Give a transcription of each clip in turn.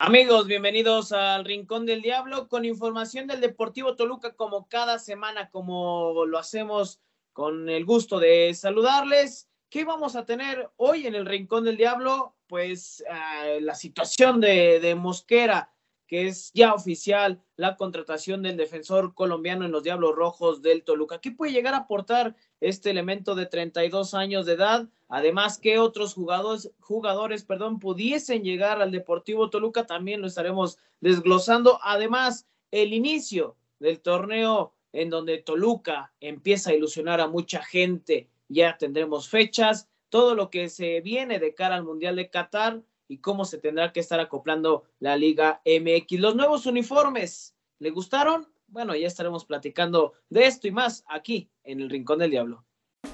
Amigos, bienvenidos al Rincón del Diablo con información del Deportivo Toluca como cada semana, como lo hacemos con el gusto de saludarles. ¿Qué vamos a tener hoy en el Rincón del Diablo? Pues la situación de Mosquera, que es ya oficial la contratación del defensor colombiano en los Diablos Rojos del Toluca. ¿Qué puede llegar a aportar este elemento de 32 años de edad? Además, ¿qué otros jugadores pudiesen llegar al Deportivo Toluca? También lo estaremos desglosando. Además, el inicio del torneo en donde Toluca empieza a ilusionar a mucha gente. Ya tendremos fechas, todo lo que se viene de cara al Mundial de Qatar y cómo se tendrá que estar acoplando la Liga MX. Los nuevos uniformes, ¿le gustaron? Bueno, ya estaremos platicando de esto y más aquí en el Rincón del Diablo.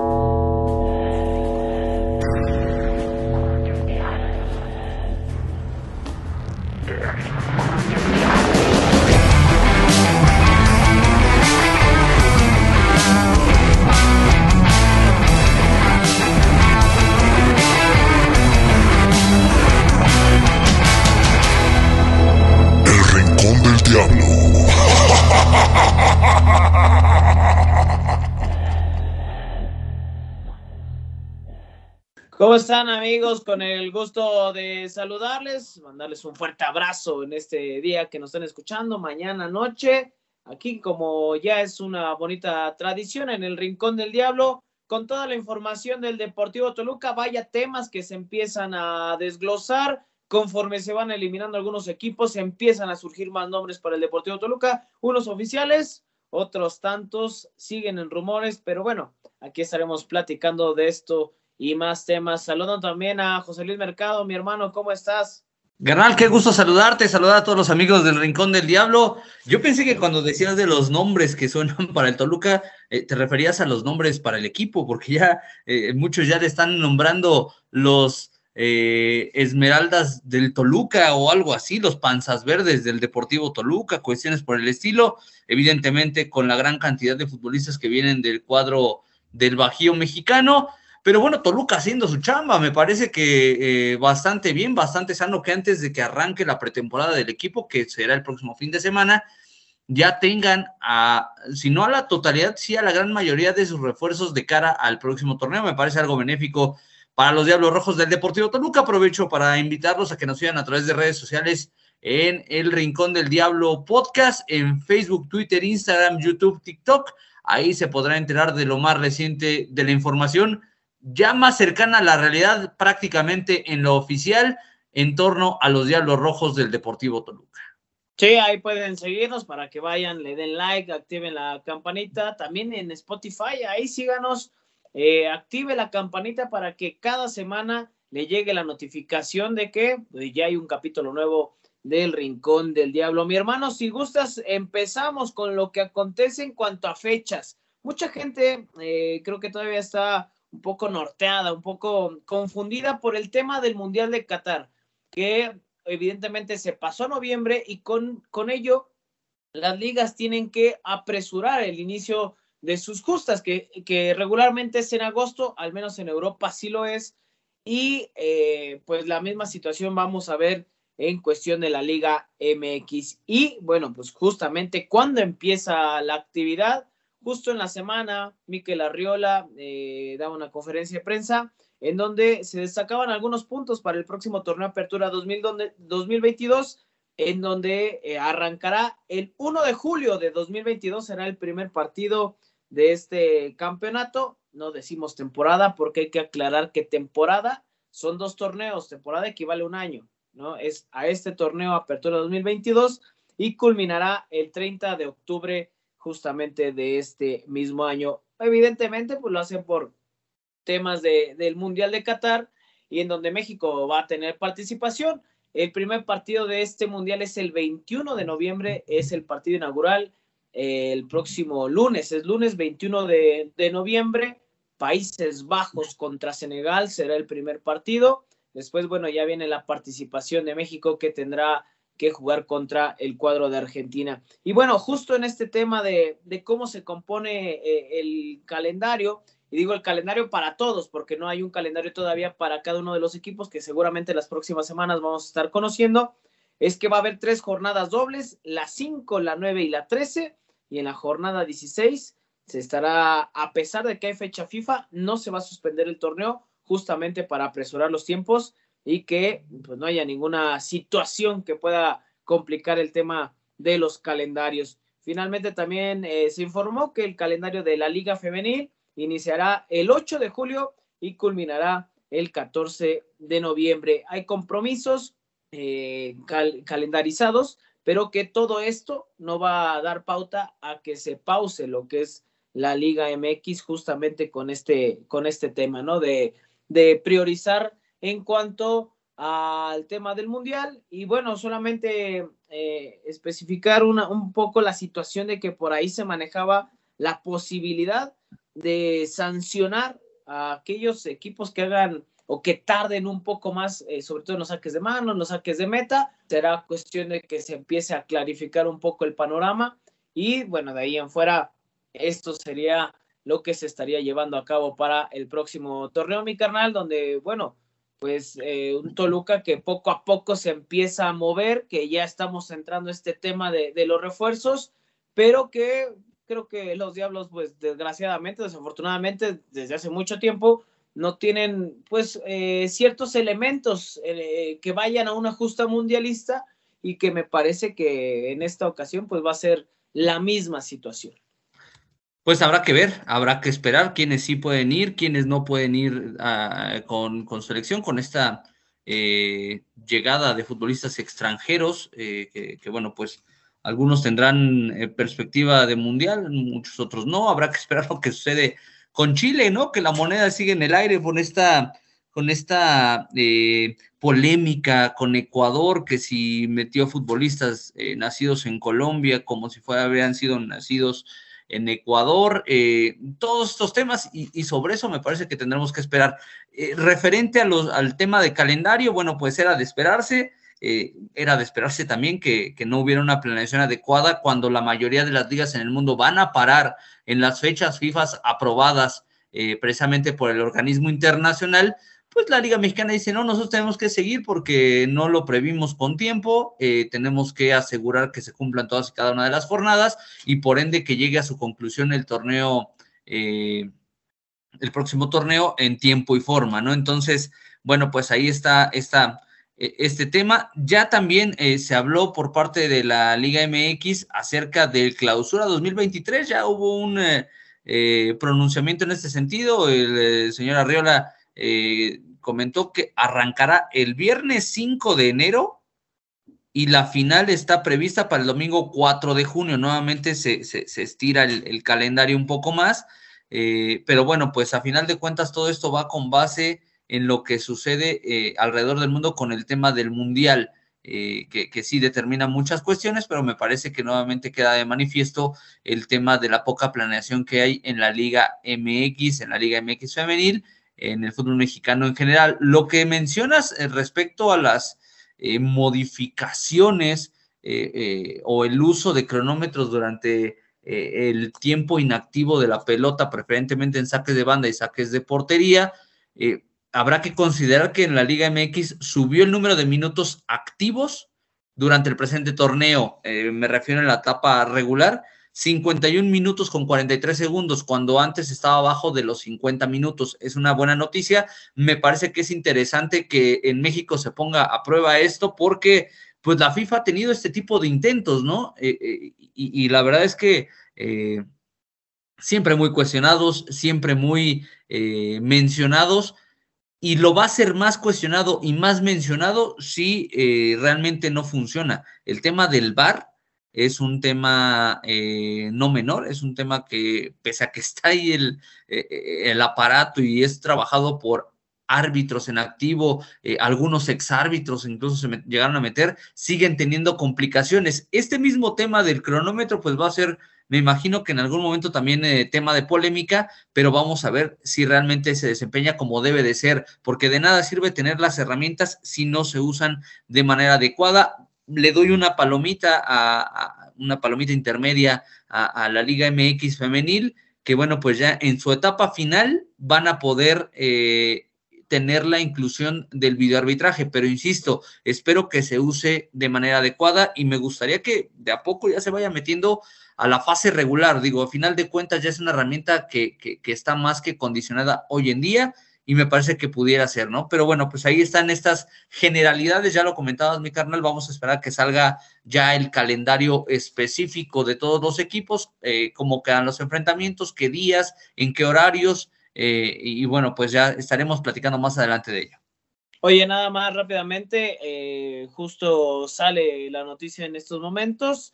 ¿Cómo están, amigos? Con el gusto de saludarles, mandarles un fuerte abrazo en este día que nos están escuchando, mañana, noche. Aquí, como ya es una bonita tradición, en el Rincón del Diablo, con toda la información del Deportivo Toluca, vaya temas que se empiezan a desglosar. Conforme se van eliminando algunos equipos, se empiezan a surgir más nombres para el Deportivo Toluca, unos oficiales, otros tantos siguen en rumores, pero bueno, aquí estaremos platicando de esto y más temas. Saludo también a José Luis Mercado, mi hermano, ¿cómo estás? Carnal, qué gusto saludarte, saludar a todos los amigos del Rincón del Diablo. Yo pensé que cuando decías de los nombres que suenan para el Toluca, te referías a los nombres para el equipo, porque ya muchos ya le están nombrando los Esmeraldas del Toluca o algo así, los Panzas Verdes del Deportivo Toluca, cuestiones por el estilo, evidentemente con la gran cantidad de futbolistas que vienen del cuadro del Bajío mexicano. Pero bueno, Toluca haciendo su chamba, me parece que bastante bien, bastante sano, que antes de que arranque la pretemporada del equipo, que será el próximo fin de semana, ya tengan, si no a la totalidad, sí a la gran mayoría de sus refuerzos de cara al próximo torneo. Me parece algo benéfico para los Diablos Rojos del Deportivo Toluca. Aprovecho para invitarlos a que nos sigan a través de redes sociales en el Rincón del Diablo Podcast, en Facebook, Twitter, Instagram, YouTube, TikTok. Ahí se podrá enterar de lo más reciente de la información ya más cercana a la realidad, prácticamente en lo oficial, en torno a los Diablos Rojos del Deportivo Toluca. Sí, ahí pueden seguirnos para que vayan, le den like, activen la campanita, también en Spotify, ahí síganos, active la campanita para que cada semana le llegue la notificación de que ya hay un capítulo nuevo del Rincón del Diablo. Mi hermano, si gustas, empezamos con lo que acontece en cuanto a fechas. Mucha gente creo que todavía está un poco norteada, un poco confundida por el tema del Mundial de Qatar, que evidentemente se pasó a noviembre y con ello las ligas tienen que apresurar el inicio de sus justas, que regularmente es en agosto, al menos en Europa sí lo es, y pues la misma situación vamos a ver en cuestión de la Liga MX. Y bueno, pues justamente cuando empieza la actividad, justo en la semana, Mikel Arriola daba una conferencia de prensa en donde se destacaban algunos puntos para el próximo torneo Apertura 2022, en donde arrancará el 1 de julio de 2022, será el primer partido de este campeonato. No decimos temporada porque hay que aclarar que temporada son 2 torneos, temporada equivale a un año, ¿no? Es a este torneo Apertura 2022 y culminará el 30 de octubre justamente de este mismo año. Evidentemente, pues lo hacen por temas del Mundial de Qatar y en donde México va a tener participación. El primer partido de este Mundial es el 21 de noviembre, es el partido inaugural. El próximo lunes, es lunes 21 de noviembre, Países Bajos contra Senegal será el primer partido. Después, bueno, ya viene la participación de México que tendrá que jugar contra el cuadro de Argentina. Y bueno, justo en este tema de cómo se compone el calendario, y digo el calendario para todos, porque no hay un calendario todavía para cada uno de los equipos que seguramente las próximas semanas vamos a estar conociendo. es que va a haber 3 jornadas dobles, la 5, la 9 y la 13, y en la jornada 16 se estará, a pesar de que hay fecha FIFA, no se va a suspender el torneo justamente para apresurar los tiempos y que pues, no haya ninguna situación que pueda complicar el tema de los calendarios. Finalmente también se informó que el calendario de la Liga Femenil iniciará el 8 de julio y culminará el 14 de noviembre. Hay compromisos calendarizados, pero que todo esto no va a dar pauta a que se pause lo que es la Liga MX justamente con este tema, ¿no? De priorizar en cuanto al tema del Mundial. Y bueno, solamente especificar un poco la situación de que por ahí se manejaba la posibilidad de sancionar a aquellos equipos que hagan o que tarden un poco más, sobre todo en los saques de mano, en los saques de meta. Será cuestión de que se empiece a clarificar un poco el panorama y bueno, de ahí en fuera esto sería lo que se estaría llevando a cabo para el próximo torneo, mi carnal, donde, bueno, pues un Toluca que poco a poco se empieza a mover, que ya estamos entrando a este tema de los refuerzos, pero que creo que los Diablos, pues desgraciadamente, desafortunadamente, desde hace mucho tiempo, no tienen pues ciertos elementos que vayan a una justa mundialista y que me parece que en esta ocasión pues va a ser la misma situación. Pues habrá que ver, habrá que esperar quiénes sí pueden ir, quiénes no pueden ir con selección, con esta llegada de futbolistas extranjeros, que bueno, pues algunos tendrán perspectiva de mundial, muchos otros no. Habrá que esperar lo que sucede con Chile, ¿no? Que la moneda sigue en el aire con esta polémica con Ecuador, que si metió futbolistas nacidos en Colombia como si habrían sido nacidos en Ecuador, todos estos temas y sobre eso me parece que tendremos que esperar. Referente al tema de calendario, bueno, pues era de esperarse también que no hubiera una planeación adecuada cuando la mayoría de las ligas en el mundo van a parar en las fechas FIFA aprobadas precisamente por el organismo internacional. Pues la Liga Mexicana dice, no, nosotros tenemos que seguir porque no lo previmos con tiempo, tenemos que asegurar que se cumplan todas y cada una de las jornadas y por ende que llegue a su conclusión el torneo, el próximo torneo en tiempo y forma, ¿no? Entonces, bueno, pues ahí está este tema. Ya también se habló por parte de la Liga MX acerca del Clausura 2023, ya hubo un pronunciamiento en este sentido, el señor Arriola comentó que arrancará el viernes 5 de enero y la final está prevista para el domingo 4 de junio. Nuevamente se estira el calendario un poco más, pero bueno, pues a final de cuentas todo esto va con base en lo que sucede alrededor del mundo con el tema del Mundial, que sí determina muchas cuestiones, pero me parece que nuevamente queda de manifiesto el tema de la poca planeación que hay en la Liga MX, en la Liga MX femenil, en el fútbol mexicano en general. Lo que mencionas respecto a las modificaciones o el uso de cronómetros durante el tiempo inactivo de la pelota, preferentemente en saques de banda y saques de portería, habrá que considerar que en la Liga MX subió el número de minutos activos durante el presente torneo, me refiero en la etapa regular, 51 minutos con 43 segundos, cuando antes estaba abajo de los 50 minutos. Es una buena noticia. Me parece que es interesante que en México se ponga a prueba esto porque pues la FIFA ha tenido este tipo de intentos, ¿no? Y la verdad es que siempre muy cuestionados, siempre muy mencionados, y lo va a ser más cuestionado y más mencionado si realmente no funciona. El tema del VAR es un tema no menor, es un tema que pese a que está ahí el aparato y es trabajado por árbitros en activo, algunos exárbitros incluso se llegaron a meter, siguen teniendo complicaciones. Este mismo tema del cronómetro pues va a ser, me imagino que en algún momento también tema de polémica, pero vamos a ver si realmente se desempeña como debe de ser, porque de nada sirve tener las herramientas si no se usan de manera adecuada. Le doy una palomita una palomita intermedia a la Liga MX femenil, que bueno, pues ya en su etapa final van a poder tener la inclusión del videoarbitraje, pero insisto, espero que se use de manera adecuada y me gustaría que de a poco ya se vaya metiendo a la fase regular. Digo, a final de cuentas ya es una herramienta que está más que condicionada hoy en día y me parece que pudiera ser, ¿no? Pero bueno, pues ahí están estas generalidades, ya lo comentabas, mi carnal, vamos a esperar que salga ya el calendario específico de todos los equipos, cómo quedan los enfrentamientos, qué días, en qué horarios, y bueno, pues ya estaremos platicando más adelante de ello. Oye, nada más rápidamente, justo sale la noticia en estos momentos,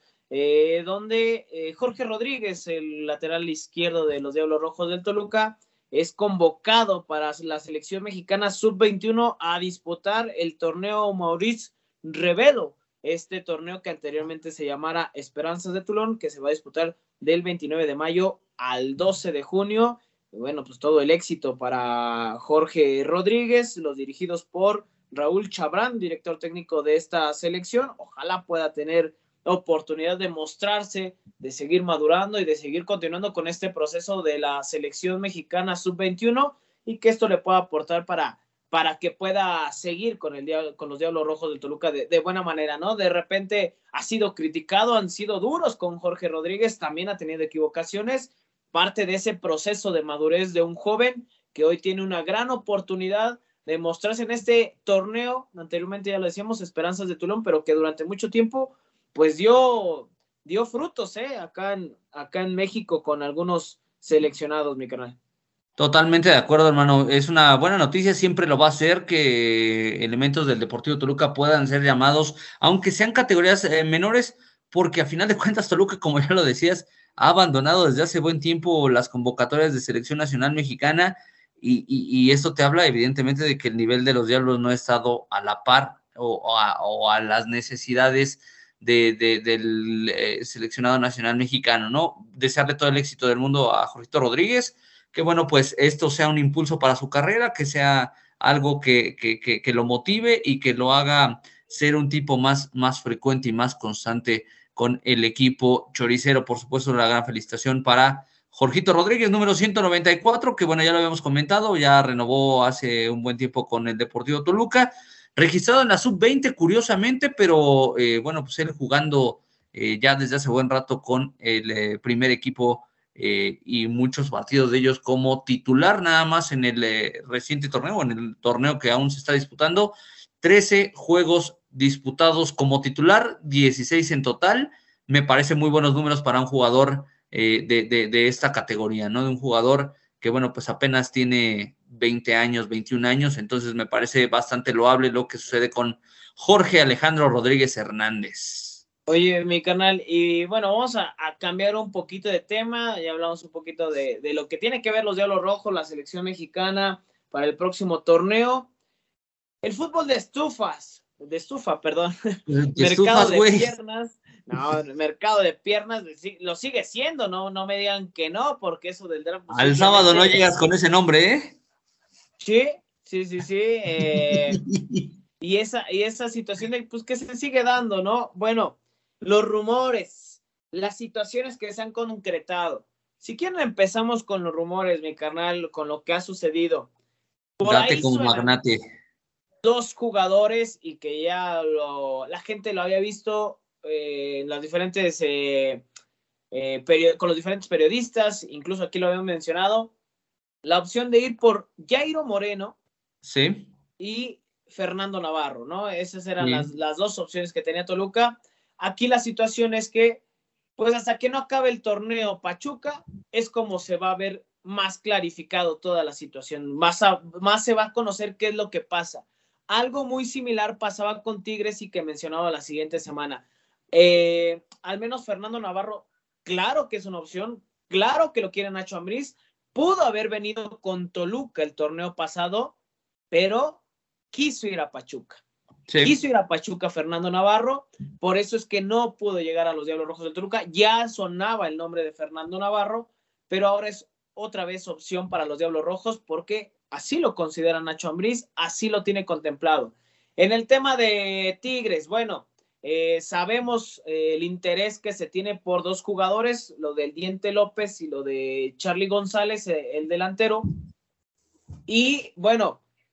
donde Jorge Rodríguez, el lateral izquierdo de los Diablos Rojos del Toluca, es convocado para la selección mexicana sub-21 a disputar el torneo Maurice Revello, este torneo que anteriormente se llamara Esperanzas de Tulón, que se va a disputar del 29 de mayo al 12 de junio. Y bueno, pues todo el éxito para Jorge Rodríguez, los dirigidos por Raúl Chabrán, director técnico de esta selección. Ojalá pueda tener oportunidad de mostrarse, de seguir madurando y de seguir continuando con este proceso de la selección mexicana sub-21 y que esto le pueda aportar para que pueda seguir con los Diablos Rojos del Toluca de buena manera, ¿no? De repente ha sido criticado, han sido duros con Jorge Rodríguez, también ha tenido equivocaciones, parte de ese proceso de madurez de un joven que hoy tiene una gran oportunidad de mostrarse en este torneo, anteriormente ya lo decíamos, Esperanzas de Tulón, pero que durante mucho tiempo pues dio frutos, acá en México con algunos seleccionados, mi canal. Totalmente de acuerdo, hermano. Es una buena noticia, siempre lo va a ser que elementos del Deportivo Toluca puedan ser llamados, aunque sean categorías menores, porque a final de cuentas Toluca, como ya lo decías, ha abandonado desde hace buen tiempo las convocatorias de selección nacional mexicana y esto te habla evidentemente de que el nivel de los Diablos no ha estado a la par o a las necesidades del seleccionado nacional mexicano, ¿no? Desearle todo el éxito del mundo a Jorgito Rodríguez, que bueno, pues esto sea un impulso para su carrera, que sea algo que lo motive y que lo haga ser un tipo más frecuente y más constante con el equipo choricero. Por supuesto, una gran felicitación para Jorgito Rodríguez, número 194, que bueno, ya lo habíamos comentado, ya renovó hace un buen tiempo con el Deportivo Toluca, registrado en la sub-20, curiosamente, pero bueno, pues él jugando ya desde hace buen rato con el primer equipo y muchos partidos de ellos como titular, nada más en el reciente torneo, en el torneo que aún se está disputando, 13 juegos disputados como titular, 16 en total. Me parece muy buenos números para un jugador de esta categoría, ¿no? De un jugador que, bueno, pues apenas tiene 20 años, 21 años, entonces me parece bastante loable lo que sucede con Jorge Alejandro Rodríguez Hernández. Oye, mi canal, y bueno, vamos a cambiar un poquito de tema, ya hablamos un poquito de lo que tiene que ver los Diablos Rojos, la selección mexicana para el próximo torneo. El fútbol de estufa, perdón, mercado de piernas, no, el mercado de piernas lo sigue siendo, no me digan que no, porque eso del draft. Al simplemente... sábado no llegas con ese nombre, ¿eh? Sí. Y esa situación de, pues, que se sigue dando, ¿no? Bueno, los rumores, las situaciones que se han concretado. Si quieren empezamos con los rumores, mi carnal, con lo que ha sucedido. Por Date ahí como magnate. 2 jugadores y que ya la gente lo había visto en las diferentes con los diferentes periodistas, incluso aquí lo habían mencionado, la opción de ir por Jairo Moreno, sí, y Fernando Navarro, ¿no? Esas eran las 2 opciones que tenía Toluca. Aquí la situación es que, pues hasta que no acabe el torneo Pachuca, es como se va a ver más clarificado toda la situación, más se va a conocer qué es lo que pasa. Algo muy similar pasaba con Tigres y que mencionaba la siguiente semana. Al menos Fernando Navarro, claro que es una opción, claro que lo quiere Nacho Ambriz, pudo haber venido con Toluca el torneo pasado, pero quiso ir a Pachuca. Sí. Quiso ir a Pachuca Fernando Navarro, por eso es que no pudo llegar a los Diablos Rojos del Toluca. Ya sonaba el nombre de Fernando Navarro, pero ahora es otra vez opción para los Diablos Rojos porque así lo considera Nacho Ambriz, así lo tiene contemplado. En el tema de Tigres, bueno, sabemos el interés que se tiene por 2 jugadores, lo del Diente López y lo de Charly González, el delantero. Y bueno,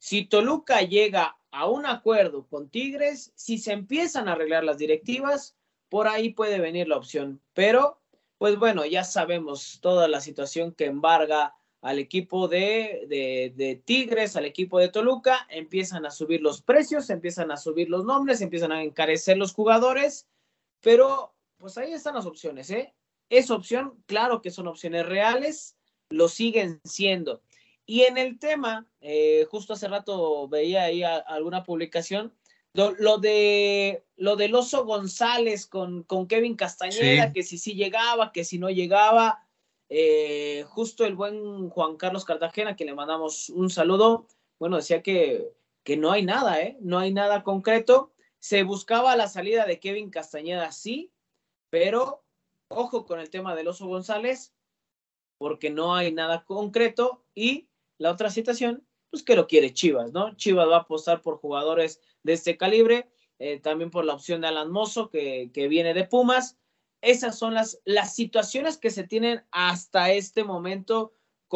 Si Toluca llega a un acuerdo con Tigres, si se empiezan a arreglar las directivas, por ahí puede venir la opción. Pero, pues bueno, ya sabemos toda la situación que embarga al equipo de Tigres, al equipo de Toluca, empiezan a subir los precios, empiezan a subir los nombres, empiezan a encarecer los jugadores, pero pues ahí están las opciones, ¿eh? Es opción, claro que son opciones reales, lo siguen siendo. Y en el tema, justo hace rato veía ahí alguna publicación, lo del Oso González con Kevin Castañeda, Sí. que si llegaba, que si no llegaba, justo el buen Juan Carlos Cartagena, que le mandamos un saludo, bueno, decía que no hay nada, no hay nada concreto. Se buscaba la salida de Kevin Castañeda, sí, pero ojo con el tema del Oso González, porque no hay nada concreto. Y la otra situación, pues que lo quiere Chivas, ¿no? Chivas va a apostar por jugadores de este calibre, también por la opción de Alan Mozo, que viene de Pumas. Esas son las situaciones que se tienen hasta este momento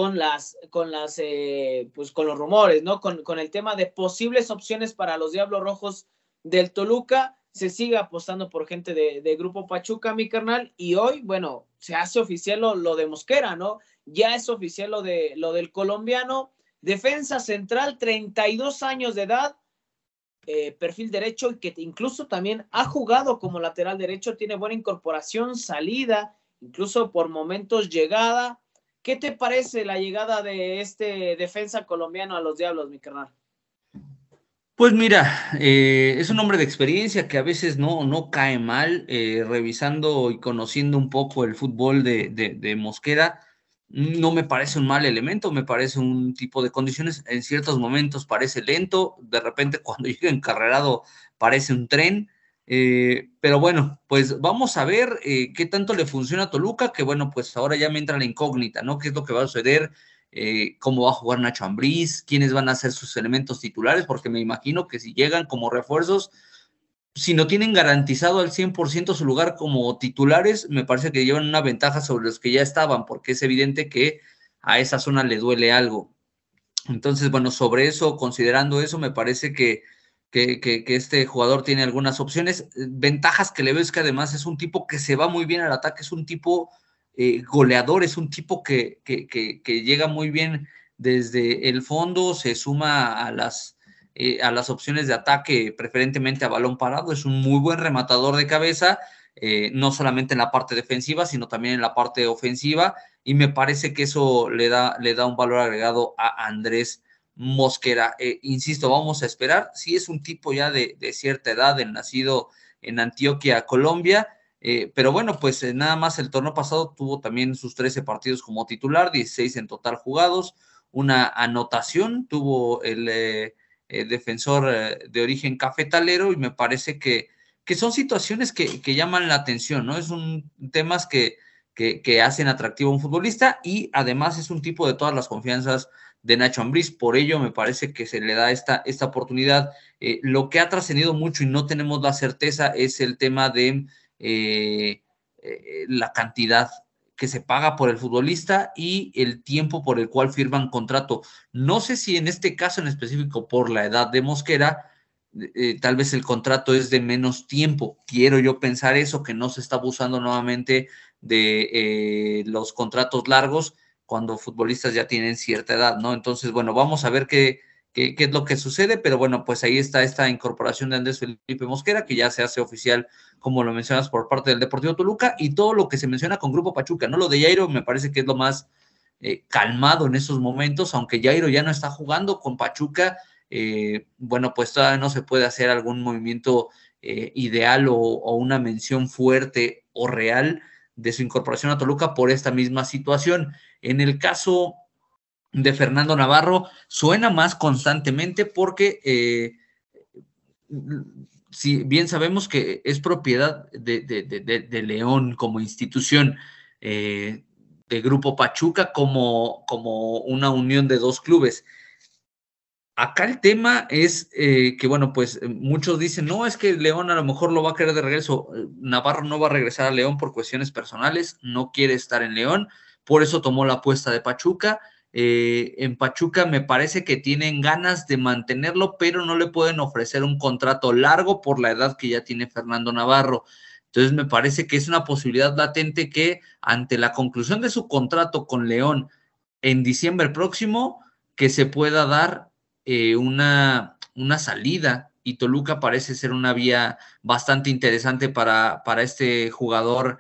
pues con los rumores, ¿no? Con el tema de posibles opciones para los Diablos Rojos del Toluca. Se sigue apostando por gente de Grupo Pachuca, mi carnal, y hoy, bueno, se hace oficial lo de Mosquera, ¿no? Ya es oficial lo del colombiano, defensa central, 32 años de edad, perfil derecho, y que incluso también ha jugado como lateral derecho, tiene buena incorporación, salida, incluso por momentos llegada. ¿Qué te parece la llegada de este defensa colombiano a los Diablos, mi carnal? Pues mira, es un hombre de experiencia que a veces no cae mal, revisando y conociendo un poco el fútbol de Mosquera, no me parece un mal elemento, me parece un tipo de condiciones, en ciertos momentos parece lento, de repente cuando llega encarrerado parece un tren, pero bueno, pues vamos a ver qué tanto le funciona a Toluca, que bueno, pues ahora ya me entra la incógnita, ¿no? ¿Qué es lo que va a suceder? Cómo va a jugar Nacho Ambriz, quiénes van a ser sus elementos titulares, porque me imagino que si llegan como refuerzos, si no tienen garantizado al 100% su lugar como titulares, me parece que llevan una ventaja sobre los que ya estaban, porque es evidente que a esa zona le duele algo. Entonces, bueno, sobre eso, considerando eso, me parece que este jugador tiene algunas opciones. Ventajas que le veo es que además es un tipo que se va muy bien al ataque, es un tipo goleador, es un tipo que llega muy bien desde el fondo, se suma a las opciones de ataque, preferentemente a balón parado, es un muy buen rematador de cabeza, no solamente en la parte defensiva, sino también en la parte ofensiva, y me parece que eso le da un valor agregado a Andrés Mosquera. Insisto, vamos a esperar. Sí es un tipo ya de cierta edad, nacido en Antioquia, Colombia, pero bueno, pues nada más el torneo pasado tuvo también sus 13 partidos como titular, 16 en total jugados, una anotación, tuvo el defensor de origen cafetalero, y me parece que son situaciones que llaman la atención, ¿no? Es un temas que hacen atractivo a un futbolista, y además es un tipo de todas las confianzas de Nacho Ambriz, por ello me parece que se le da esta oportunidad. Lo que ha trascendido mucho y no tenemos la certeza es el tema de la cantidad que se paga por el futbolista y el tiempo por el cual firman contrato. No sé si en este caso en específico, por la edad de Mosquera, tal vez el contrato es de menos tiempo. Quiero yo pensar eso, que no se está abusando nuevamente de los contratos largos cuando futbolistas ya tienen cierta edad, ¿no? Entonces, bueno, vamos a ver qué es lo que sucede, pero bueno, pues ahí está esta incorporación de Andrés Felipe Mosquera, que ya se hace oficial, como lo mencionas, por parte del Deportivo Toluca, y todo lo que se menciona con Grupo Pachuca, ¿no? Lo de Jairo me parece que es lo más calmado en esos momentos, aunque Jairo ya no está jugando con Pachuca, bueno, pues todavía no se puede hacer algún movimiento ideal o una mención fuerte o real de su incorporación a Toluca por esta misma situación. En el caso de Fernando Navarro, suena más constantemente porque si bien sabemos que es propiedad de León como institución, de Grupo Pachuca como una unión de dos clubes. Acá el tema es que, bueno, pues muchos dicen, no, es que León a lo mejor lo va a querer de regreso. Navarro no va a regresar a León por cuestiones personales, no quiere estar en León, por eso tomó la apuesta de Pachuca. En Pachuca me parece que tienen ganas de mantenerlo, pero no le pueden ofrecer un contrato largo por la edad que ya tiene Fernando Navarro. Entonces me parece que es una posibilidad latente que ante la conclusión de su contrato con León en diciembre próximo, que se pueda dar una salida, y Toluca parece ser una vía bastante interesante para este jugador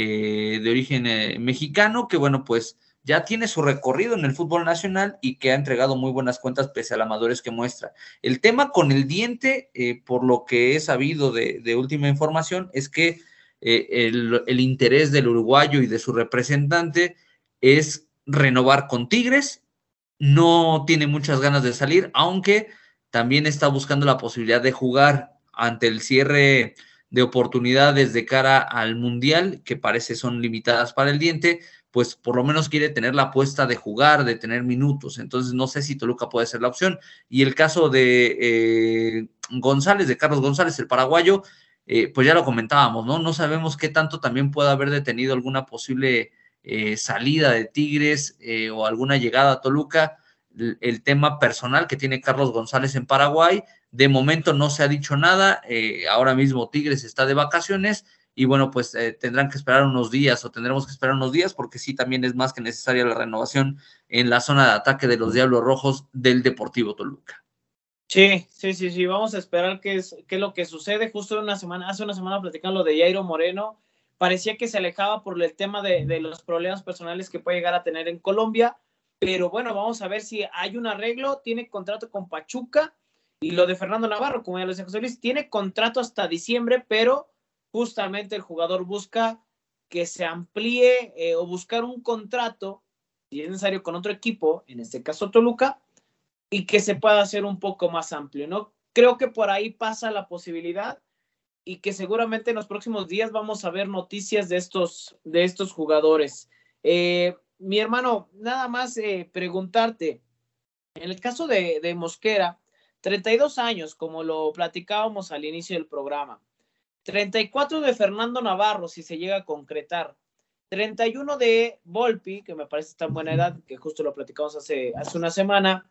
de origen mexicano, que bueno, pues ya tiene su recorrido en el fútbol nacional y que ha entregado muy buenas cuentas pese a la madurez que muestra. El tema con el diente, por lo que he sabido de última información, es que el interés del uruguayo y de su representante es renovar con Tigres. No tiene muchas ganas de salir, aunque también está buscando la posibilidad de jugar ante el cierre de oportunidades de cara al Mundial, que parece son limitadas para el diente, pues por lo menos quiere tener la apuesta de jugar, de tener minutos. Entonces no sé si Toluca puede ser la opción. Y el caso de González, de Carlos González, el paraguayo, pues ya lo comentábamos, ¿no? No sabemos qué tanto también puede haber detenido alguna posible salida de Tigres o alguna llegada a Toluca. El tema personal que tiene Carlos González en Paraguay, de momento no se ha dicho nada, ahora mismo Tigres está de vacaciones y bueno, pues tendrán que esperar unos días o tendremos que esperar unos días porque sí también es más que necesaria la renovación en la zona de ataque de los Diablos Rojos del Deportivo Toluca. Sí, vamos a esperar qué es lo que sucede. Justo hace una semana platicando lo de Jairo Moreno, parecía que se alejaba por el tema de los problemas personales que puede llegar a tener en Colombia, pero bueno, vamos a ver si hay un arreglo. Tiene contrato con Pachuca, y lo de Fernando Navarro, como ya lo decía José Luis, tiene contrato hasta diciembre, pero justamente el jugador busca que se amplíe o buscar un contrato, si es necesario, con otro equipo, en este caso Toluca, y que se pueda hacer un poco más amplio, ¿no? Creo que por ahí pasa la posibilidad y que seguramente en los próximos días vamos a ver noticias de estos jugadores. Mi hermano, nada más preguntarte, en el caso de Mosquera, 32 años, como lo platicábamos al inicio del programa, 34 de Fernando Navarro, si se llega a concretar, 31 de Volpi, que me parece tan buena edad, que justo lo platicamos hace una semana,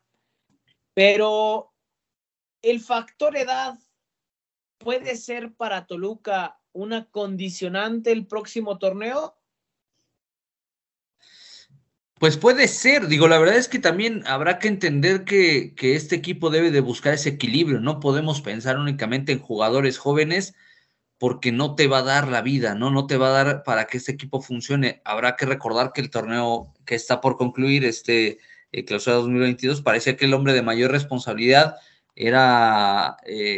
pero el factor edad puede ser para Toluca una condicionante el próximo torneo. Pues puede ser, digo, la verdad es que también habrá que entender que este equipo debe de buscar ese equilibrio, no podemos pensar únicamente en jugadores jóvenes porque no te va a dar la vida, ¿no? No te va a dar para que este equipo funcione. Habrá que recordar que el torneo que está por concluir, clausura 2022, parecía que el hombre de mayor responsabilidad era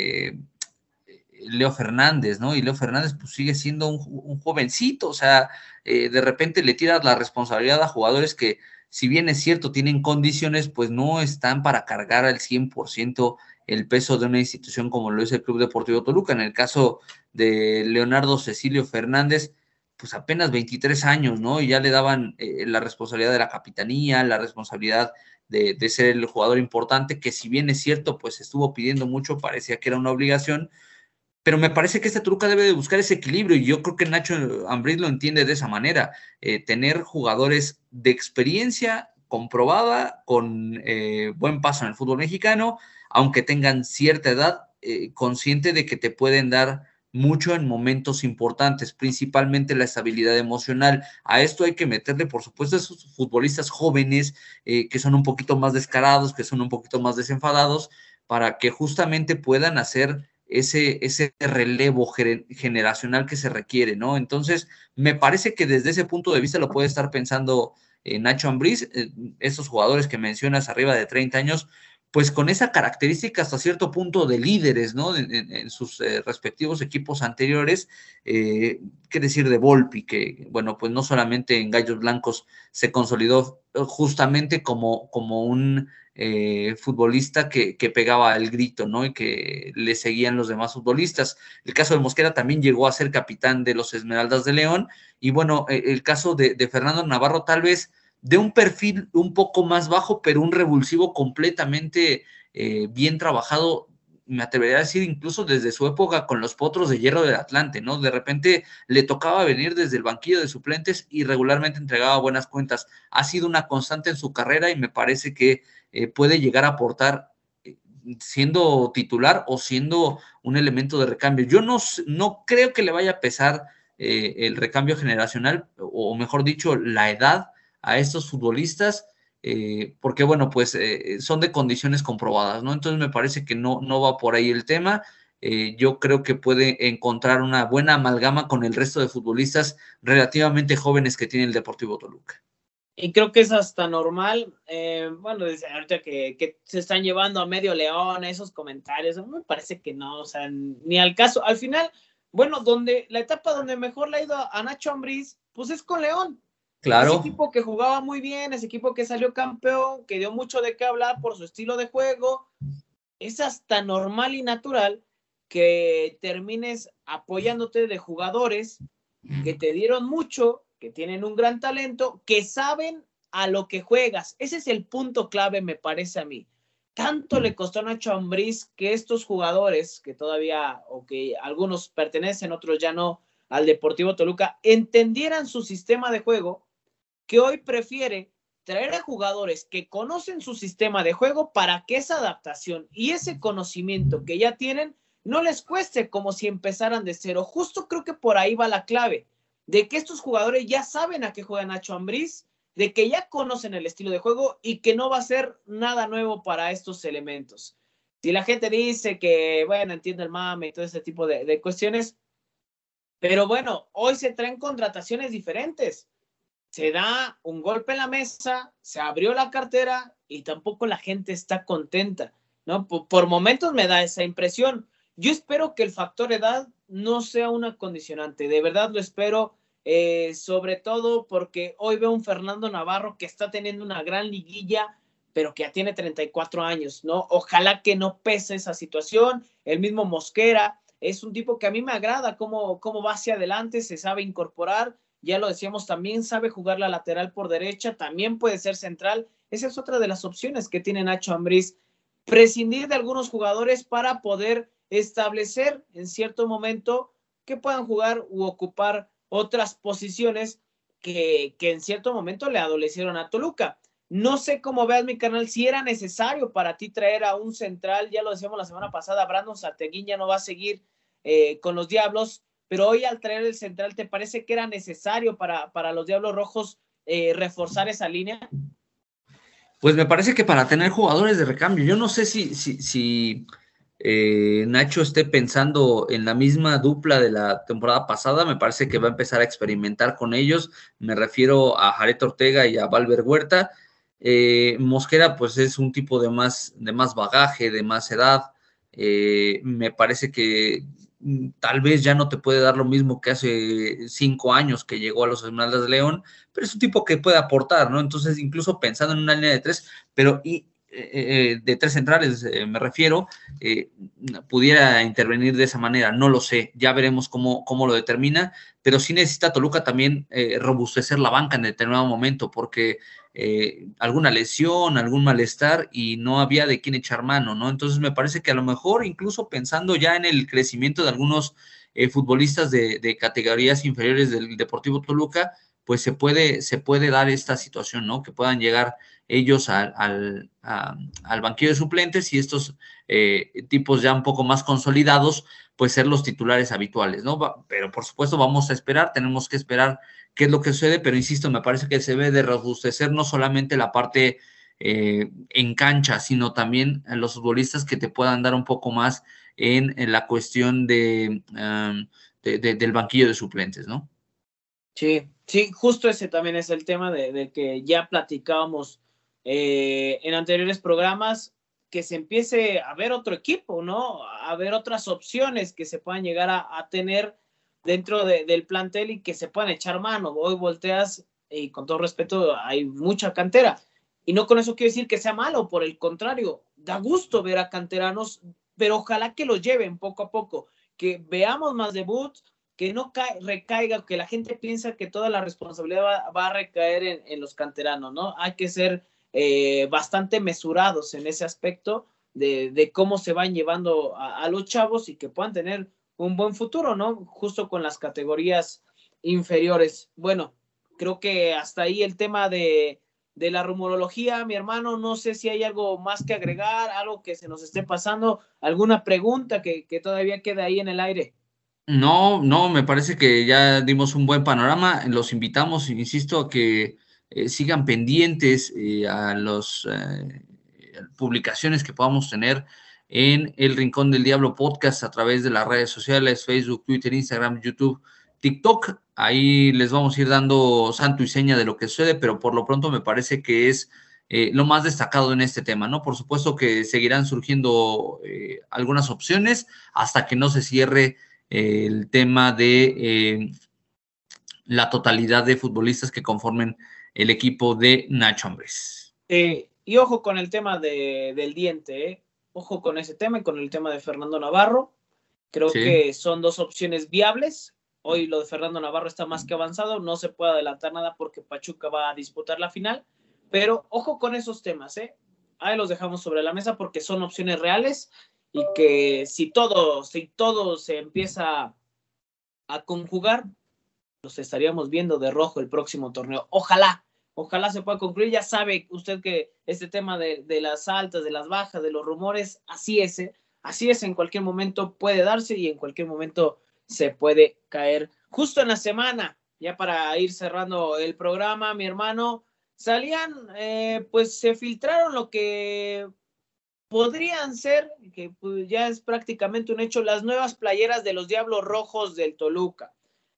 Leo Fernández, ¿no? Y Leo Fernández pues sigue siendo un jovencito, o sea, de repente le tiras la responsabilidad a jugadores que, si bien es cierto, tienen condiciones, pues no están para cargar al 100% el peso de una institución como lo es el Club Deportivo Toluca. En el caso de Leonardo Cecilio Fernández, pues apenas 23 años, ¿no? Y ya le daban la responsabilidad de la capitanía, la responsabilidad de ser el jugador importante, que si bien es cierto, pues estuvo pidiendo mucho, parecía que era una obligación, pero me parece que este Toluca debe de buscar ese equilibrio y yo creo que Nacho Ambriz lo entiende de esa manera, tener jugadores de experiencia comprobada con buen paso en el fútbol mexicano, aunque tengan cierta edad, consciente de que te pueden dar mucho en momentos importantes, principalmente la estabilidad emocional. A esto hay que meterle, por supuesto, a esos futbolistas jóvenes que son un poquito más descarados, que son un poquito más desenfadados, para que justamente puedan hacer ese relevo generacional que se requiere, ¿no? Entonces, me parece que desde ese punto de vista lo puede estar pensando Nacho Ambriz, esos jugadores que mencionas arriba de 30 años, pues con esa característica hasta cierto punto de líderes, ¿no? En sus respectivos equipos anteriores, qué decir de Volpi, que, bueno, pues no solamente en Gallos Blancos se consolidó justamente como un futbolista que pegaba el grito, ¿no? Y que le seguían los demás futbolistas. El caso de Mosquera también llegó a ser capitán de los Esmeraldas de León, y bueno, el caso de Fernando Navarro tal vez de un perfil un poco más bajo, pero un revulsivo completamente bien trabajado. me atrevería a decir incluso desde su época con los Potros de Hierro del Atlante, ¿no? De repente le tocaba venir desde el banquillo de suplentes y regularmente entregaba buenas cuentas. Ha sido una constante en su carrera y me parece que puede llegar a aportar siendo titular o siendo un elemento de recambio. Yo no creo que le vaya a pesar el recambio generacional, o mejor dicho, la edad a estos futbolistas, porque bueno, pues son de condiciones comprobadas, ¿no? Entonces me parece que no va por ahí el tema. Yo creo que puede encontrar una buena amalgama con el resto de futbolistas relativamente jóvenes que tiene el Deportivo Toluca. Y creo que es hasta normal, bueno, desde ahorita que se están llevando a medio león esos comentarios, me parece que no, o sea, ni al caso. Al final, bueno, la etapa donde mejor le ha ido a Nacho Ambriz, pues es con León. Claro. Ese equipo que jugaba muy bien, ese equipo que salió campeón, que dio mucho de qué hablar por su estilo de juego, es hasta normal y natural que termines apoyándote de jugadores que te dieron mucho, que tienen un gran talento, que saben a lo que juegas. Ese es el punto clave, me parece a mí. Tanto le costó a Nacho Ambriz que estos jugadores, que todavía, o que algunos pertenecen, otros ya no, al Deportivo Toluca, entendieran su sistema de juego, que hoy prefiere traer a jugadores que conocen su sistema de juego para que esa adaptación y ese conocimiento que ya tienen no les cueste como si empezaran de cero. Justo creo que por ahí va la clave, de que estos jugadores ya saben a qué juega Nacho Ambriz, de que ya conocen el estilo de juego y que no va a ser nada nuevo para estos elementos. Si la gente dice que, bueno, entiende el mame y todo ese tipo de cuestiones, pero bueno, hoy se traen contrataciones diferentes. Se da un golpe en la mesa, se abrió la cartera y tampoco la gente está contenta, ¿no? Por momentos me da esa impresión. Yo espero que el factor edad no sea una condicionante, de verdad lo espero, sobre todo porque hoy veo un Fernando Navarro que está teniendo una gran liguilla, pero que ya tiene 34 años, ¿no? Ojalá que no pese esa situación. El mismo Mosquera es un tipo que a mí me agrada cómo va hacia adelante, se sabe incorporar, ya lo decíamos, también sabe jugar la lateral por derecha, también puede ser central. Esa es otra de las opciones que tiene Nacho Ambriz, prescindir de algunos jugadores para poder establecer en cierto momento que puedan jugar u ocupar otras posiciones que en cierto momento le adolecieron a Toluca. No sé cómo veas, mi canal, si era necesario para ti traer a un central, ya lo decíamos la semana pasada, Brandon Santeguín ya no va a seguir con los Diablos, pero hoy al traer el central, ¿te parece que era necesario para los Diablos Rojos reforzar esa línea? Pues me parece que para tener jugadores de recambio, yo no sé si Nacho esté pensando en la misma dupla de la temporada pasada, me parece que va a empezar a experimentar con ellos, me refiero a Jared Ortega y a Valver Huerta. Mosquera pues es un tipo de más bagaje, de más edad, me parece que tal vez ya no te puede dar lo mismo que hace 5 años que llegó a los Esmeraldas de León, pero es un tipo que puede aportar, ¿no? Entonces, incluso pensando en una línea de 3, pero de 3 centrales me refiero, pudiera intervenir de esa manera, no lo sé, ya veremos cómo lo determina, pero sí necesita Toluca también robustecer la banca en determinado momento, porque alguna lesión, algún malestar y no había de quién echar mano, ¿no? Entonces me parece que a lo mejor, incluso pensando ya en el crecimiento de algunos futbolistas de categorías inferiores del Deportivo Toluca, pues se puede dar esta situación, ¿no? Que puedan llegar ellos al banquillo de suplentes y estos tipos ya un poco más consolidados, pues ser los titulares habituales, ¿no? Pero por supuesto vamos a esperar, tenemos que esperar qué es lo que sucede, pero insisto, me parece que se debe de robustecer no solamente la parte en cancha, sino también a los futbolistas que te puedan dar un poco más en la cuestión del banquillo de suplentes, ¿no? Sí, sí, justo ese también es el tema de que ya platicábamos en anteriores programas, que se empiece a ver otro equipo, ¿no? A ver otras opciones que se puedan llegar a tener dentro del plantel y que se puedan echar mano. Hoy volteas y con todo respeto hay mucha cantera. Y no con eso quiero decir que sea malo, por el contrario, da gusto ver a canteranos, pero ojalá que los lleven poco a poco, que veamos más debuts, que no recaiga, que la gente piensa que toda la responsabilidad va a recaer en los canteranos, ¿no? Hay que ser bastante mesurados en ese aspecto, de cómo se van llevando a los chavos y que puedan tener un buen futuro, ¿no? Justo con las categorías inferiores. Bueno, creo que hasta ahí el tema de la rumorología, mi hermano. No sé si hay algo más que agregar, algo que se nos esté pasando, alguna pregunta que todavía queda ahí en el aire. No, no, me parece que ya dimos un buen panorama. Los invitamos, insisto, a que sigan pendientes a las publicaciones que podamos tener en El Rincón del Diablo Podcast a través de las redes sociales, Facebook, Twitter, Instagram, YouTube, TikTok. Ahí les vamos a ir dando santo y seña de lo que sucede, pero por lo pronto me parece que es lo más destacado en este tema, ¿no? Por supuesto que seguirán surgiendo algunas opciones hasta que no se cierre el tema de la totalidad de futbolistas que conformen el equipo de Nacho Ambriz. Y ojo con el tema del diente, ojo con ese tema y con el tema de Fernando Navarro. Creo que son dos opciones viables. Hoy lo de Fernando Navarro está más que avanzado, no se puede adelantar nada porque Pachuca va a disputar la final, pero ojo con esos temas, ahí los dejamos sobre la mesa porque son opciones reales y que si todo se empieza a conjugar, los estaríamos viendo de rojo el próximo torneo. Ojalá se pueda concluir. Ya sabe usted que este tema de las altas, de las bajas, de los rumores, así es, en cualquier momento puede darse y en cualquier momento se puede caer. Justo en la semana, ya para ir cerrando el programa, mi hermano, salían, pues se filtraron lo que podrían ser, que pues ya es prácticamente un hecho, las nuevas playeras de los Diablos Rojos del Toluca.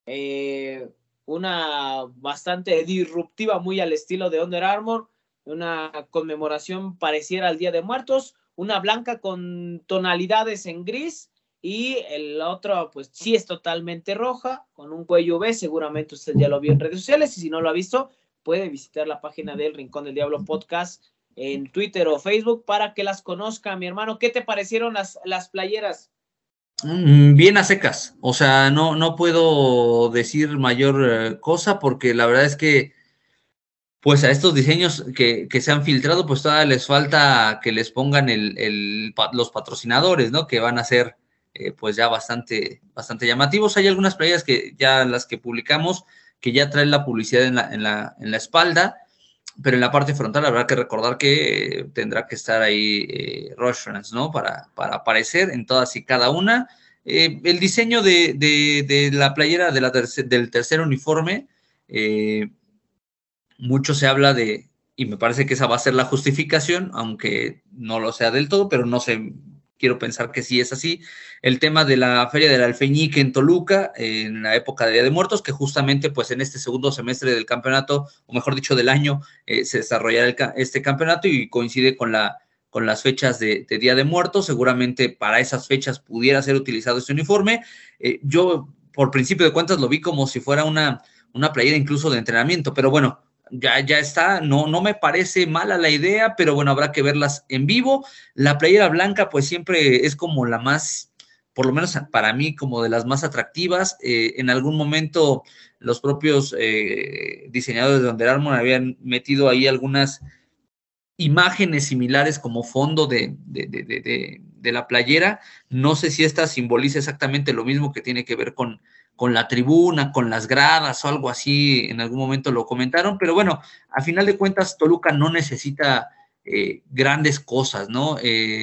Una bastante disruptiva, muy al estilo de Under Armour, una conmemoración pareciera al Día de Muertos, una blanca con tonalidades en gris y el otro pues sí es totalmente roja, con un cuello V, seguramente usted ya lo vio en redes sociales y si no lo ha visto, puede visitar la página del Rincón del Diablo Podcast en Twitter o Facebook para que las conozca, mi hermano. ¿Qué te parecieron las playeras? Bien a secas, o sea, no puedo decir mayor cosa porque la verdad es que pues a estos diseños que se han filtrado, pues todavía les falta que les pongan los patrocinadores, ¿no? Que van a ser pues ya bastante llamativos. Hay algunas playeras que ya las que publicamos que ya traen la publicidad en la espalda, pero en la parte frontal habrá que recordar que tendrá que estar ahí Rush France, ¿no? Para aparecer en todas y cada una. El diseño de la playera del tercer uniforme, mucho se habla de, y me parece que esa va a ser la justificación, aunque no lo sea del todo, pero no sé, quiero pensar que sí es así, el tema de la Feria del Alfeñique en Toluca, en la época de Día de Muertos, que justamente pues en este segundo semestre del campeonato, o mejor dicho del año, se desarrollará este campeonato y coincide con las fechas de Día de Muertos. Seguramente para esas fechas pudiera ser utilizado este uniforme. Yo, por principio de cuentas, lo vi como si fuera una playera incluso de entrenamiento, pero bueno, ya está, no me parece mala la idea, pero bueno, habrá que verlas en vivo. La playera blanca pues siempre es como la más, por lo menos para mí, como de las más atractivas. En algún momento los propios diseñadores de Under Armour habían metido ahí algunas imágenes similares como fondo de la playera. No sé si esta simboliza exactamente lo mismo, que tiene que ver con la tribuna, con las gradas o algo así, en algún momento lo comentaron, pero bueno, a final de cuentas Toluca no necesita grandes cosas, ¿no?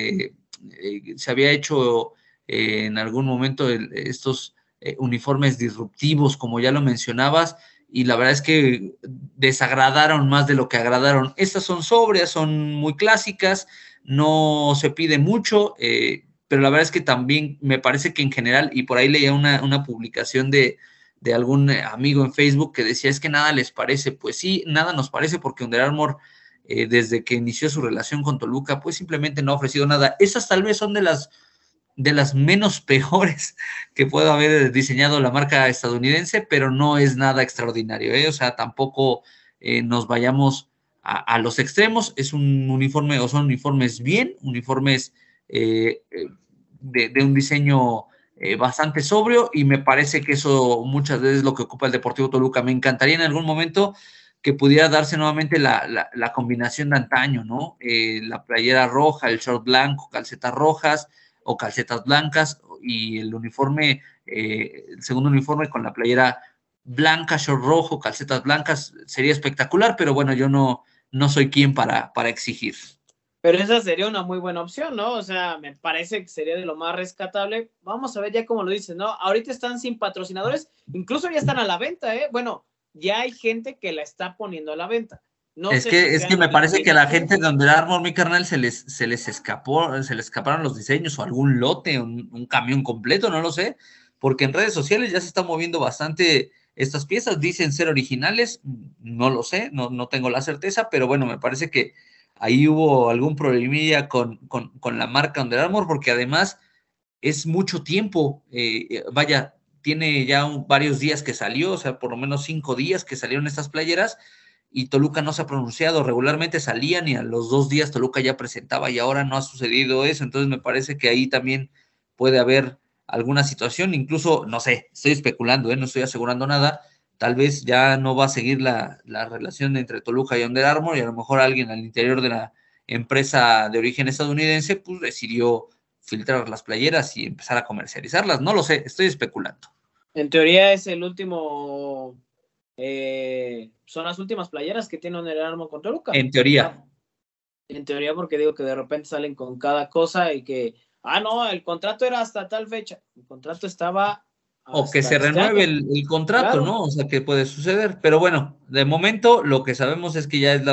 Se había hecho en algún momento estos uniformes disruptivos, como ya lo mencionabas, y la verdad es que desagradaron más de lo que agradaron. Estas son sobrias, son muy clásicas, no se pide mucho, pero la verdad es que también me parece que en general, y por ahí leía una publicación de algún amigo en Facebook que decía, es que nada les parece. Pues sí, nada nos parece porque Under Armour, desde que inició su relación con Toluca, pues simplemente no ha ofrecido nada. Esas tal vez son de las menos peores que pueda haber diseñado la marca estadounidense, pero no es nada extraordinario, ¿eh? O sea, tampoco nos vayamos a los extremos. Es un uniforme, o son uniformes bien, uniformes de un diseño bastante sobrio, y me parece que eso muchas veces es lo que ocupa el Deportivo Toluca. Me encantaría en algún momento que pudiera darse nuevamente la combinación de antaño, ¿no? La playera roja, el short blanco, calcetas rojas o calcetas blancas y el uniforme, el segundo uniforme con la playera blanca, short rojo, calcetas blancas, sería espectacular, pero bueno, yo no soy quien para exigir. Pero esa sería una muy buena opción, ¿no? O sea, me parece que sería de lo más rescatable. Vamos a ver ya cómo lo dices, ¿no? Ahorita están sin patrocinadores, incluso ya están a la venta, ¿eh? Bueno, ya hay gente que la está poniendo a la venta. No Es sé que, si es que sean me parece que a la gente originales. de Under Armour, mi carnal, se les escaparon los diseños o algún lote, un camión completo, no lo sé, porque en redes sociales ya se está moviendo bastante estas piezas, dicen ser originales, no lo sé, no tengo la certeza, pero bueno, me parece que ahí hubo algún problemilla con la marca Under Armour, porque además es mucho tiempo, vaya, tiene ya varios días que salió, o sea, por lo menos 5 días que salieron estas playeras, y Toluca no se ha pronunciado, regularmente salían y a los 2 días Toluca ya presentaba y ahora no ha sucedido eso, entonces me parece que ahí también puede haber alguna situación, incluso, no sé, estoy especulando, no estoy asegurando nada, tal vez ya no va a seguir la relación entre Toluca y Under Armour y a lo mejor alguien al interior de la empresa de origen estadounidense pues decidió filtrar las playeras y empezar a comercializarlas, no lo sé, estoy especulando. En teoría es el último, son las últimas playeras que tiene Under Armour con Toluca. En teoría. En teoría, porque digo que de repente salen con cada cosa y que, no, el contrato era hasta tal fecha. El contrato estaba O que hasta se este renueve año. el contrato, Claro. ¿no? O sea, que puede suceder. Pero bueno, de momento lo que sabemos es que ya es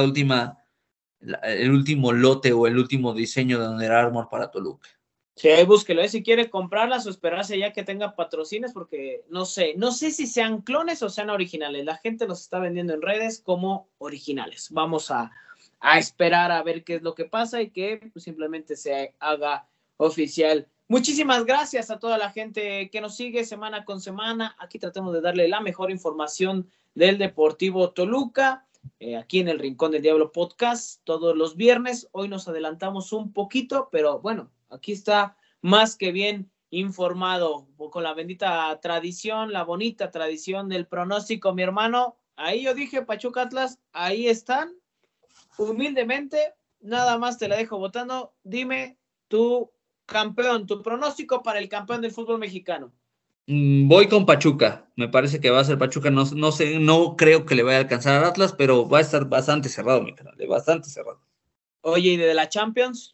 el último lote o el último diseño de Under Armour para Toluca. Sí, búsquelo, si quiere comprarlas o esperarse ya que tenga patrocinios, porque no sé si sean clones o sean originales. La gente los está vendiendo en redes como originales. Vamos a esperar a ver qué es lo que pasa y que pues, simplemente se haga oficial. Muchísimas gracias a toda la gente que nos sigue semana con semana. Aquí tratamos de darle la mejor información del Deportivo Toluca. Aquí en el Rincón del Diablo Podcast todos los viernes. Hoy nos adelantamos un poquito, pero bueno, aquí está más que bien informado con la bendita tradición, la bonita tradición del pronóstico, mi hermano. Ahí yo dije Pachuca Atlas, ahí están. Humildemente, nada más te la dejo votando. Dime tu campeón, tu pronóstico para el campeón del fútbol mexicano. Voy con Pachuca, me parece que va a ser Pachuca, no sé, no creo que le vaya a alcanzar al Atlas, pero va a estar bastante cerrado, mi canal, bastante cerrado. Oye, ¿y de la Champions?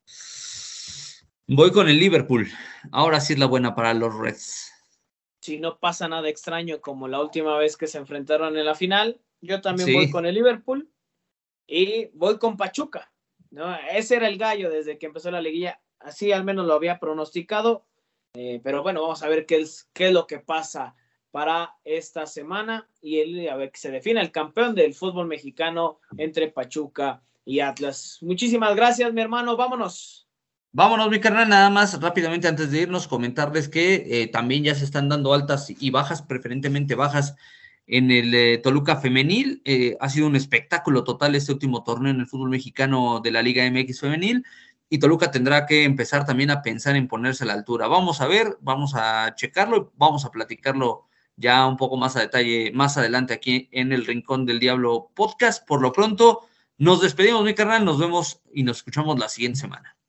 Voy con el Liverpool, ahora sí es la buena para los Reds. Si no pasa nada extraño como la última vez que se enfrentaron en la final, yo también voy Sí. con el Liverpool y voy con Pachuca, ¿no? Ese era el gallo desde que empezó la liguilla, así al menos lo había pronosticado. Pero bueno, vamos a ver qué es lo que pasa para esta semana y a ver que se define el campeón del fútbol mexicano entre Pachuca y Atlas. Muchísimas gracias, mi hermano. Vámonos. Vámonos, mi carnal, nada más rápidamente antes de irnos, comentarles que también ya se están dando altas y bajas, preferentemente bajas, en el Toluca femenil. Ha sido un espectáculo total este último torneo en el fútbol mexicano de la Liga MX femenil y Toluca tendrá que empezar también a pensar en ponerse a la altura. Vamos a ver, vamos a checarlo, vamos a platicarlo ya un poco más a detalle más adelante aquí en el Rincón del Diablo podcast. Por lo pronto, nos despedimos, mi carnal, nos vemos y nos escuchamos la siguiente semana.